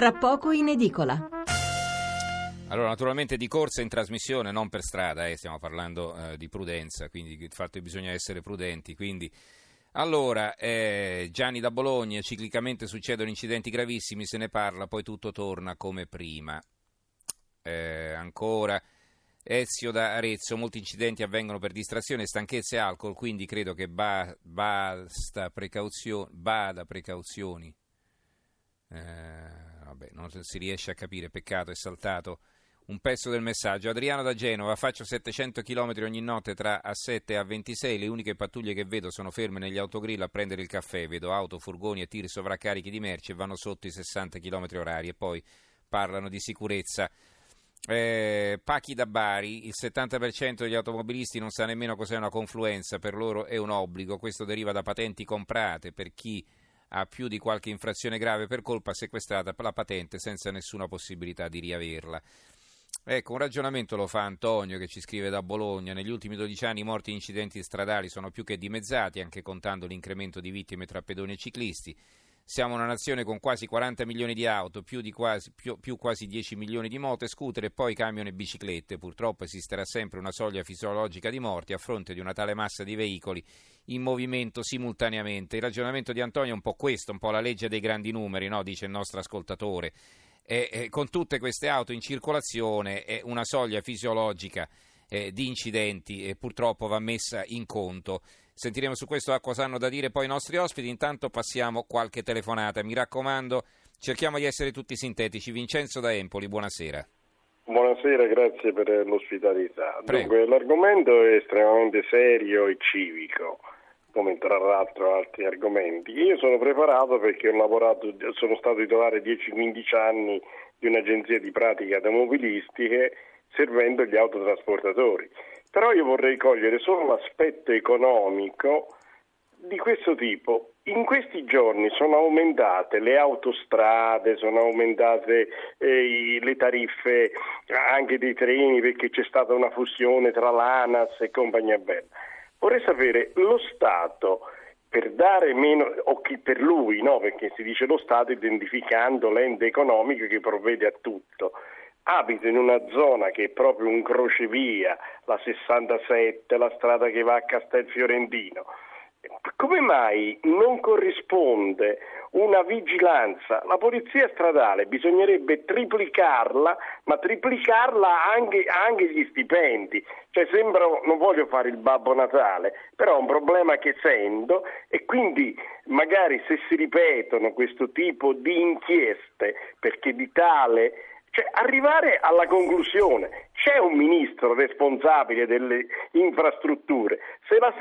tra poco in edicola. Allora, naturalmente di corsa in trasmissione, non per strada, stiamo parlando di prudenza, quindi il fatto che bisogna essere prudenti. Quindi, allora, Gianni da Bologna, ciclicamente succedono incidenti gravissimi, se ne parla, poi tutto torna come prima. Ancora, Ezio da Arezzo, molti incidenti avvengono per distrazione, stanchezza e alcol, quindi credo che bada precauzioni. Vabbè, non si riesce a capire, peccato, è saltato un pezzo del messaggio. Adriano da Genova, faccio 700 km ogni notte tra A7 e A26, le uniche pattuglie che vedo sono ferme negli autogrill a prendere il caffè, vedo auto, furgoni e tir sovraccarichi di merci e vanno sotto i 60 km orari e poi parlano di sicurezza. Pachi da Bari, il 70% degli automobilisti non sa nemmeno cos'è una confluenza, per loro è un obbligo, questo deriva da patenti comprate, per chi ha più di qualche infrazione grave per colpa sequestrata la patente senza nessuna possibilità di riaverla. Ecco, un ragionamento lo fa Antonio che ci scrive da Bologna. Negli ultimi 12 anni i morti in incidenti stradali sono più che dimezzati, anche contando l'incremento di vittime tra pedoni e ciclisti. Siamo una nazione con quasi 40 milioni di auto, più quasi 10 milioni di moto e scooter e poi camion e biciclette. Purtroppo esisterà sempre una soglia fisiologica di morti a fronte di una tale massa di veicoli in movimento simultaneamente. Il ragionamento di Antonio è un po' questo, un po' la legge dei grandi numeri, no? Dice il nostro ascoltatore. Con tutte queste auto in circolazione una soglia fisiologica di incidenti purtroppo va messa in conto. Sentiremo su questo cosa hanno da dire poi i nostri ospiti. Intanto passiamo qualche telefonata. Mi raccomando, cerchiamo di essere tutti sintetici. Vincenzo da Empoli, buonasera. Buonasera, grazie per l'ospitalità. Prego. Dunque, l'argomento è estremamente serio e civico, come tra l'altro altri argomenti. Io sono preparato perché sono stato titolare 10-15 anni di un'agenzia di pratiche automobilistiche servendo gli autotrasportatori. Però io vorrei cogliere solo l'aspetto economico di questo tipo. In questi giorni sono aumentate le autostrade, sono aumentate le tariffe anche dei treni perché c'è stata una fusione tra l'ANAS e compagnia bella. Vorrei sapere, lo Stato, per dare meno, o chi per lui, no? Perché si dice lo Stato identificando l'ente economico che provvede a tutto, abito in una zona che è proprio un crocevia, la 67, la strada che va a Castelfiorentino. Come mai non corrisponde una vigilanza? La polizia stradale bisognerebbe triplicarla, ma triplicarla anche gli stipendi. Cioè non voglio fare il Babbo Natale, però è un problema che sento e quindi magari se si ripetono questo tipo di inchieste, perché di tale... Cioè, arrivare alla conclusione, c'è un ministro responsabile delle infrastrutture. Se la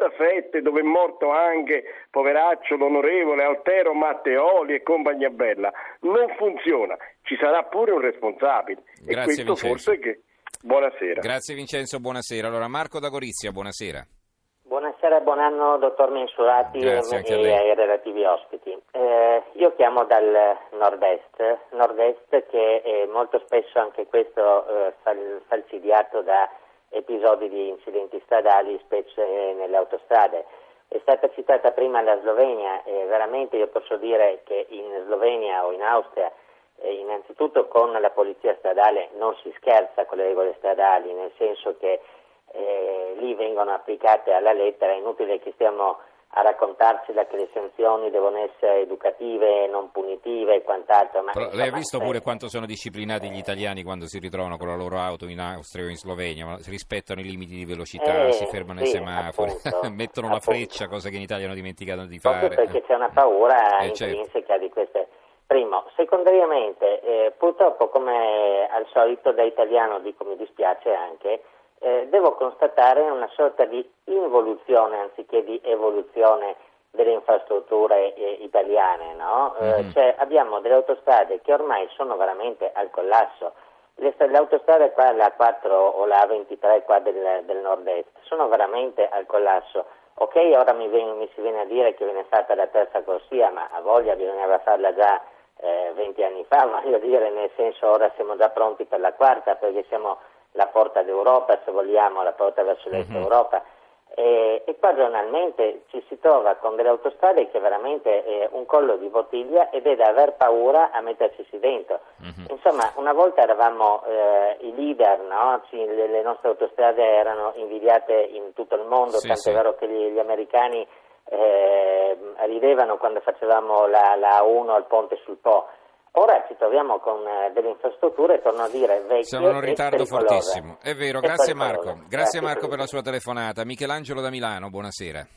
67, dove è morto anche, poveraccio, l'onorevole Altero Matteoli e compagnia bella, non funziona, ci sarà pure un responsabile. Grazie, e questo Vincenzo. Forse che... Buonasera. Grazie Vincenzo, buonasera. Allora, Marco da Gorizia, buonasera. Buonasera, buon anno dottor Mensurati e ai relativi ospiti. Io chiamo dal nord-est che molto spesso anche questo falcidiato da episodi di incidenti stradali, specie nelle autostrade. È stata citata prima la Slovenia e veramente io posso dire che in Slovenia o in Austria innanzitutto con la polizia stradale non si scherza con le regole stradali, nel senso che lì vengono applicate alla lettera. È inutile che stiamo a raccontarcela che le sanzioni devono essere educative, non punitive e quant'altro. Ma però lei ha visto pure quanto sono disciplinati gli italiani quando si ritrovano con la loro auto in Austria o in Slovenia? Rispettano i limiti di velocità, si fermano ai semafori, mettono la freccia, cosa che in Italia hanno dimenticato di fare. Proprio perché c'è una paura intrinseca di queste. Primo. Secondariamente, purtroppo come al solito da italiano dico mi dispiace anche, devo constatare una sorta di involuzione anziché di evoluzione delle infrastrutture italiane, no? Cioè abbiamo delle autostrade che ormai sono veramente al collasso. Le autostrade qua, la 4 o la A23 qua del nord-est, sono veramente al collasso. Ok, ora mi si viene a dire che viene fatta la terza corsia, ma a voglia bisognava farla già 20 anni fa, voglio dire, nel senso ora siamo già pronti per la quarta perché siamo la porta d'Europa, se vogliamo, la porta verso l'est Europa. E poi giornalmente ci si trova con delle autostrade che veramente è un collo di bottiglia ed è da aver paura a metterci dentro. Insomma, una volta eravamo i leader, no? Le nostre autostrade erano invidiate in tutto il mondo, tant'è vero che gli americani ridevano quando facevamo la A1 al ponte sul Po. Ora ci troviamo con delle infrastrutture, torno a dire, vecchie. Siamo in un ritardo pericolose. fortissimo. È vero, grazie Marco. Grazie Marco per la sua telefonata. Michelangelo da Milano, buonasera.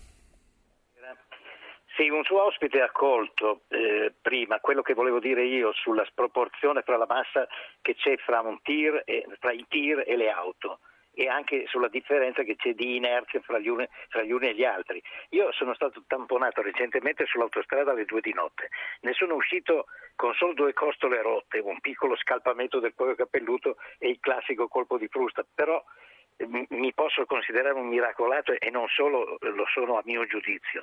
Sì, un suo ospite ha colto prima quello che volevo dire io sulla sproporzione fra la massa che c'è fra i tir e le auto, e anche sulla differenza che c'è di inerzia fra gli uni e gli altri. Io sono stato tamponato recentemente sull'autostrada alle 2 di notte, ne sono uscito con solo 2 costole rotte, un piccolo scalpamento del cuoio capelluto e il classico colpo di frusta, però mi posso considerare un miracolato e non solo lo sono a mio giudizio.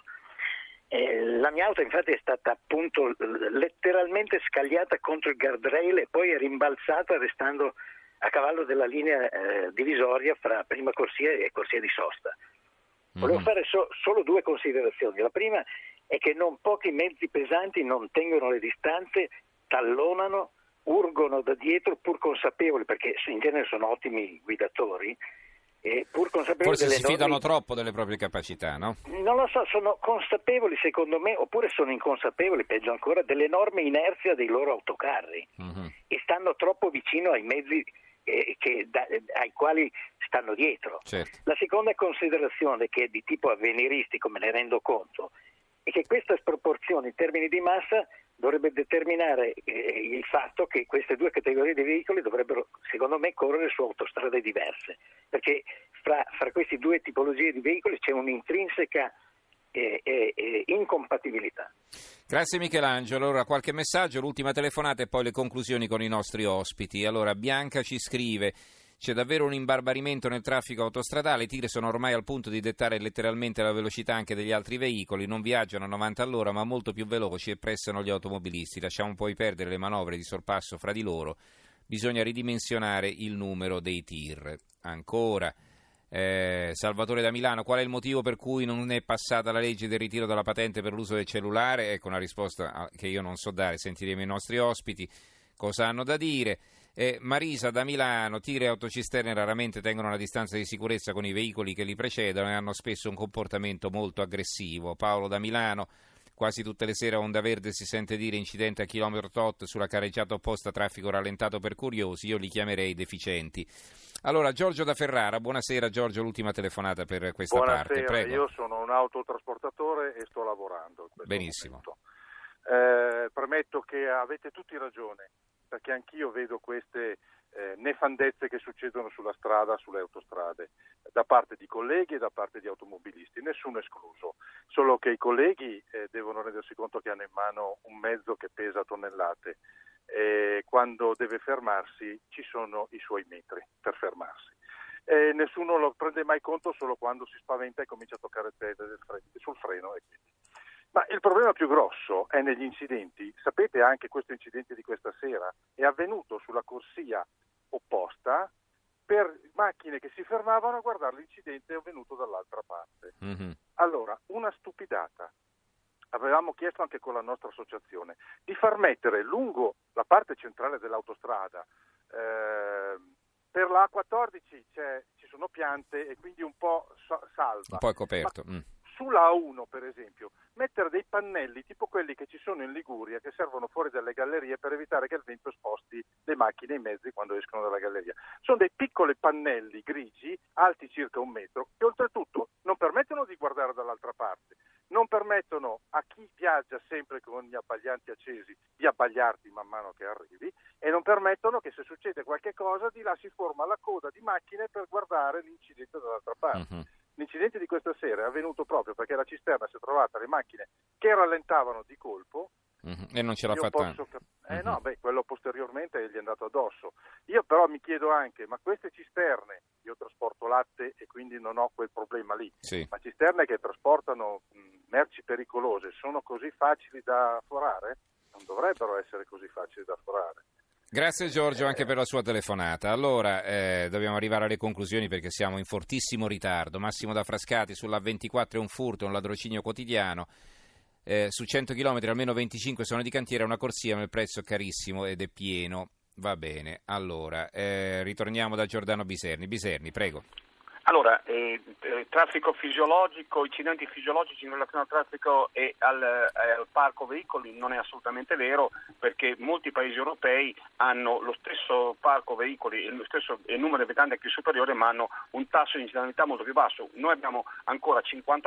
La mia auto infatti è stata appunto letteralmente scagliata contro il guardrail e poi è rimbalzata restando a cavallo della linea divisoria fra prima corsia e corsia di sosta. Volevo fare solo 2 considerazioni. La prima è che non pochi mezzi pesanti non tengono le distanze, tallonano, urgono da dietro pur consapevoli, perché in genere sono ottimi guidatori, pur consapevoli forse delle si fidano troppo delle proprie capacità, no? Non lo so, sono consapevoli secondo me, oppure sono inconsapevoli, peggio ancora, dell'enorme inerzia dei loro autocarri e stanno troppo vicino ai mezzi ai quali stanno dietro. Certo. La seconda considerazione, che è di tipo avveniristico, me ne rendo conto, è che questa sproporzione in termini di massa dovrebbe determinare il fatto che queste 2 categorie di veicoli dovrebbero, secondo me, correre su autostrade diverse, perché fra queste 2 tipologie di veicoli c'è un'intrinseca incompatibilità. Grazie Michelangelo. Allora qualche messaggio, l'ultima telefonata e poi le conclusioni con i nostri ospiti. Allora Bianca ci scrive: c'è davvero un imbarbarimento nel traffico autostradale, i tir sono ormai al punto di dettare letteralmente la velocità anche degli altri veicoli, non viaggiano a 90 all'ora ma molto più veloci e pressano gli automobilisti, lasciamo poi perdere le manovre di sorpasso fra di loro, bisogna ridimensionare il numero dei tir. Ancora Salvatore da Milano: qual è il motivo per cui non è passata la legge del ritiro della patente per l'uso del cellulare? Ecco una risposta che io non so dare, sentiremo i nostri ospiti cosa hanno da dire. Marisa da Milano: tir e autocisterne raramente tengono una distanza di sicurezza con i veicoli che li precedono e hanno spesso un comportamento molto aggressivo. Paolo da Milano: quasi tutte le sere a Onda Verde si sente dire incidente a chilometro tot, sulla carreggiata opposta traffico rallentato per curiosi, io li chiamerei deficienti. Allora Giorgio da Ferrara, buonasera Giorgio, l'ultima telefonata per questa parte. Prego. Io sono un autotrasportatore e sto lavorando in questo Benissimo. momento. Premetto che avete tutti ragione, perché anch'io vedo queste nefandezze che succedono sulla strada, sulle autostrade, da parte di colleghi e da parte di automobilisti, nessuno escluso, solo che i colleghi devono rendersi conto che hanno in mano un mezzo che pesa tonnellate e quando deve fermarsi ci sono i suoi metri per fermarsi. Nessuno lo prende mai conto, solo quando si spaventa e comincia a toccare il pedale sul freno. E quindi. Ma il problema più grosso è negli incidenti. Sapete, anche questo incidente di questa sera è avvenuto sulla corsia opposta per macchine che si fermavano a guardare l'incidente avvenuto dall'altra parte. Allora, una stupidata. Avevamo chiesto anche con la nostra associazione di far mettere lungo la parte centrale dell'autostrada, per la A14 ci sono piante e quindi un po' salva. Un po' è coperto. Sulla A1 per esempio, mettere dei pannelli tipo quelli che ci sono in Liguria, che servono fuori dalle gallerie per evitare che il vento sposti le macchine e i mezzi quando escono dalla galleria. Sono dei piccoli pannelli grigi, alti circa 1 metro, che oltretutto non permettono di guardare dall'altra parte, non permettono a chi viaggia sempre con gli abbaglianti accesi di abbagliarti man mano che arrivi, e non permettono che se succede qualche cosa di là si forma la coda di macchine per guardare l'incidente dall'altra parte. L'incidente di questa sera è avvenuto proprio perché la cisterna si è trovata le macchine che rallentavano di colpo e non ce l'ha fatta. No, quello posteriormente gli è andato addosso. Io però mi chiedo anche, ma queste cisterne, io trasporto latte e quindi non ho quel problema lì, ma cisterne che trasportano merci pericolose sono così facili da forare? Non dovrebbero essere così facili da forare. Grazie Giorgio anche per la sua telefonata. Allora, dobbiamo arrivare alle conclusioni perché siamo in fortissimo ritardo. Massimo da Frascati, sulla 24 è un furto, un ladrocinio quotidiano. Su 100 km almeno 25 sono di cantiere, una corsia, ma il prezzo è carissimo ed è pieno. Va bene, allora, ritorniamo da Giordano Biserni. Biserni, prego. Allora, traffico fisiologico, incidenti fisiologici in relazione al traffico e al parco veicoli non è assolutamente vero, perché molti paesi europei hanno lo stesso parco veicoli e lo stesso numero di abitanti anche superiore, ma hanno un tasso di incidentalità molto più basso. Noi abbiamo ancora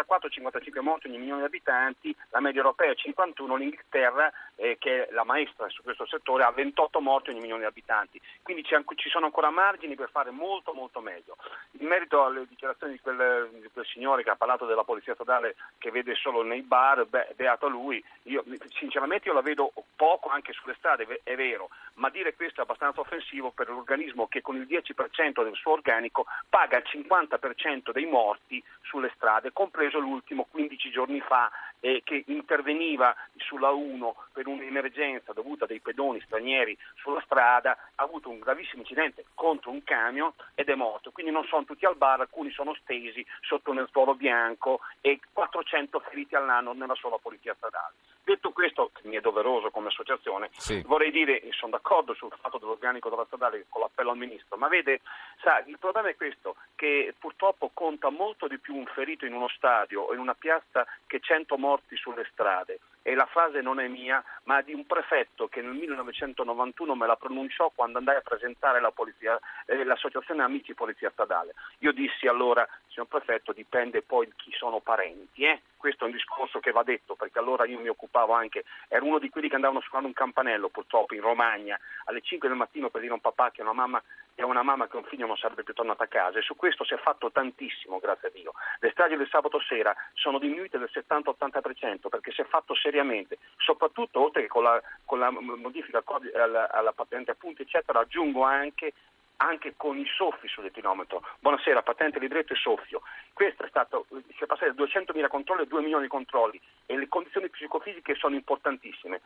54-55 morti ogni milione di abitanti, la media europea è 51, l'Inghilterra, che è la maestra su questo settore, ha 28 morti ogni milione di abitanti. Quindi ci sono ancora margini per fare molto molto meglio. In merito alle dichiarazioni di quel signore che ha parlato della polizia stradale che vede solo nei bar, beato lui, sinceramente io la vedo poco anche sulle strade, è vero, ma dire questo è abbastanza offensivo per l'organismo che con il 10% del suo organico paga il 50% dei morti sulle strade, compreso l'ultimo 15 giorni fa che interveniva sulla 1 per un'emergenza dovuta a dei pedoni stranieri sulla strada, ha avuto un gravissimo incidente contro un camion ed è morto. Quindi non sono tutti al bar, alcuni sono stesi sotto un foro bianco e 400 feriti all'anno nella sola polizia stradale. Detto questo, che mi è doveroso come associazione, sì, vorrei dire, sono d'accordo sul fatto dell'organico della stradale con l'appello al Ministro, ma vede, il problema è questo, che purtroppo conta molto di più un ferito in uno stadio o in una piazza che 100 morti sulle strade. E la frase non è mia, ma di un prefetto che nel 1991 me la pronunciò quando andai a presentare l'associazione Amici Polizia Stradale. Io dissi allora, signor prefetto, dipende poi chi sono parenti, Questo è un discorso che va detto, perché allora io mi occupavo anche, ero uno di quelli che andavano a suonare un campanello purtroppo in Romagna alle 5 del mattino per dire a un papà che una mamma che un figlio non sarebbe più tornato a casa, e su questo si è fatto tantissimo, grazie a Dio. Le stragi del sabato sera sono diminuite del 70-80% perché si è fatto seriamente, soprattutto oltre che con la modifica alla patente a punti eccetera, aggiungo anche con i soffi sull'etinometro. Buonasera, patente, libretto e soffio. Questo è stato, si è passato da 200.000 controlli a 2 milioni di controlli e le condizioni psicofisiche sono importantissime.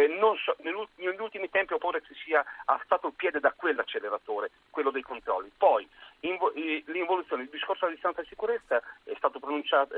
Negli ultimi tempi ho paura che sia alzato il piede da quell'acceleratore, quello dei controlli. Poi l'involuzione, il discorso della distanza di sicurezza è stato pronunciato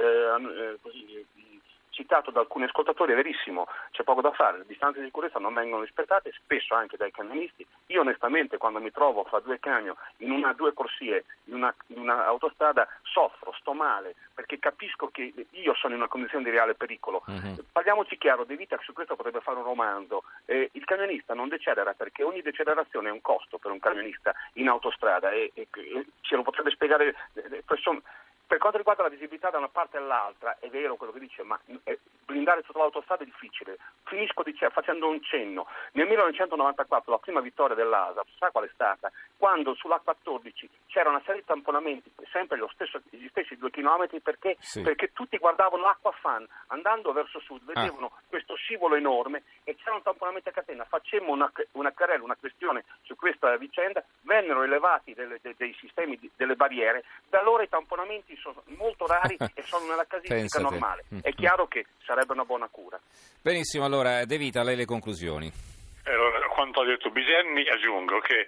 citato da alcuni ascoltatori, è verissimo, c'è poco da fare, le distanze di sicurezza non vengono rispettate, spesso anche dai camionisti. Io onestamente quando mi trovo fra due camion in due corsie in una autostrada soffro, sto male, perché capisco che io sono in una condizione di reale pericolo. Parliamoci chiaro, De Vita su questo potrebbe fare un romanzo. Il camionista non decelera perché ogni decelerazione è un costo per un camionista in autostrada e ce lo potrebbe spiegare. Per quanto riguarda la visibilità da una parte all'altra, è vero quello che dice, ma blindare tutta l'autostrada è difficile. Finisco facendo un cenno. Nel 1994 la prima vittoria dell'ASAP, sa qual è stata? Quando sull'A14 c'era una serie di tamponamenti, sempre gli stessi 2 chilometri, perché tutti guardavano l'Acquafan, andando verso sud, vedevano questo scivolo enorme e c'era un tamponamento a catena. Facemmo una querela, una questione su questa vicenda, vennero elevati dei sistemi, delle barriere, da allora i tamponamenti sono molto rari e sono nella casistica normale. È chiaro che sarebbe una buona cura. Benissimo, allora De Vita, lei le conclusioni. Allora, quanto ha detto Biserni, aggiungo che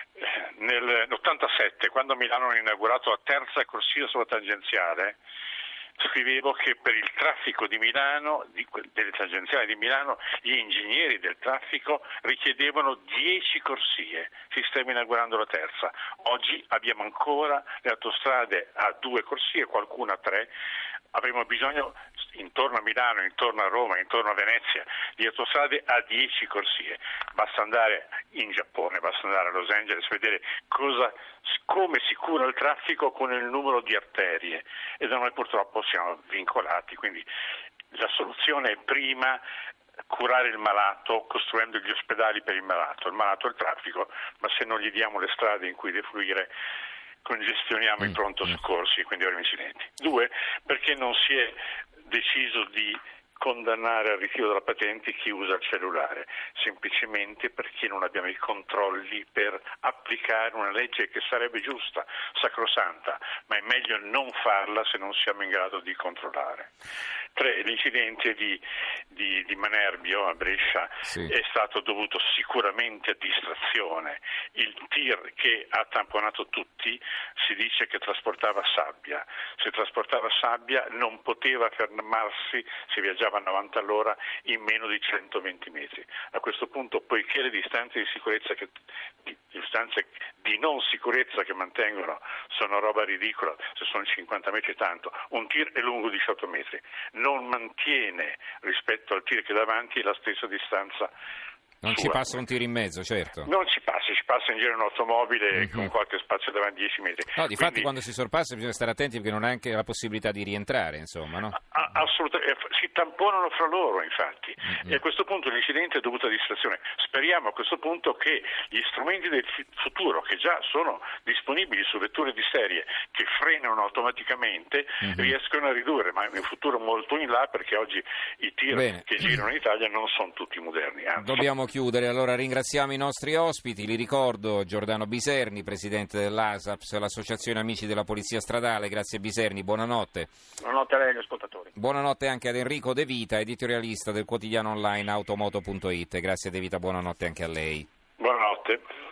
nell'87, quando a Milano hanno inaugurato la terza corsia sulla tangenziale, scrivevo che per il traffico di Milano, delle tangenziali di Milano, gli ingegneri del traffico richiedevano 10 corsie, si stava inaugurando la terza. Oggi abbiamo ancora le autostrade a 2 corsie, qualcuna a 3. Avremo bisogno intorno a Milano, intorno a Roma, intorno a Venezia di autostrade a 10 corsie. Basta andare in Giappone, basta andare a Los Angeles, vedere come si cura il traffico con il numero di arterie, e da noi purtroppo siamo vincolati. Quindi la soluzione è prima curare il malato costruendo gli ospedali per il malato è il traffico, ma se non gli diamo le strade in cui defluire congestioniamo i pronto soccorsi, quindi avremo incidenti. 2, perché non si è deciso di condannare al ritiro della patente chi usa il cellulare, semplicemente perché non abbiamo i controlli per applicare una legge che sarebbe giusta, sacrosanta, ma è meglio non farla se non siamo in grado di controllare. 3. L'incidente di Manerbio a Brescia è stato dovuto sicuramente a distrazione. Il tir che ha tamponato tutti si dice che trasportava sabbia. Se trasportava sabbia non poteva fermarsi se viaggiava a 90 all'ora in meno di 120 metri. A questo punto, poiché le distanze di sicurezza distanze di non sicurezza che mantengono sono roba ridicola, se sono 50 metri tanto, un tir è lungo 18 metri, non mantiene rispetto al tir che è davanti la stessa distanza. Non ci passa un tiro in mezzo, certo. Non ci passa in giro un'automobile con qualche spazio davanti 10 metri. No, difatti quando si sorpassa bisogna stare attenti perché non ha anche la possibilità di rientrare, insomma, no? Assolutamente, si tamponano fra loro, infatti. E a questo punto l'incidente è dovuto a distrazione. Speriamo a questo punto che gli strumenti del futuro, che già sono disponibili su vetture di serie che frenano automaticamente, riescono a ridurre, ma in futuro molto in là, perché oggi i tir che girano in Italia non sono tutti moderni. Dobbiamo chiudere, allora ringraziamo i nostri ospiti, li ricordo: Giordano Biserni, presidente dell'ASAPS, l'Associazione Amici della Polizia Stradale. Grazie Biserni, buonanotte. Buonanotte a lei agli ascoltatori. Buonanotte anche ad Enrico De Vita, editorialista del quotidiano online automoto.it. Grazie De Vita, buonanotte anche a lei. Buonanotte.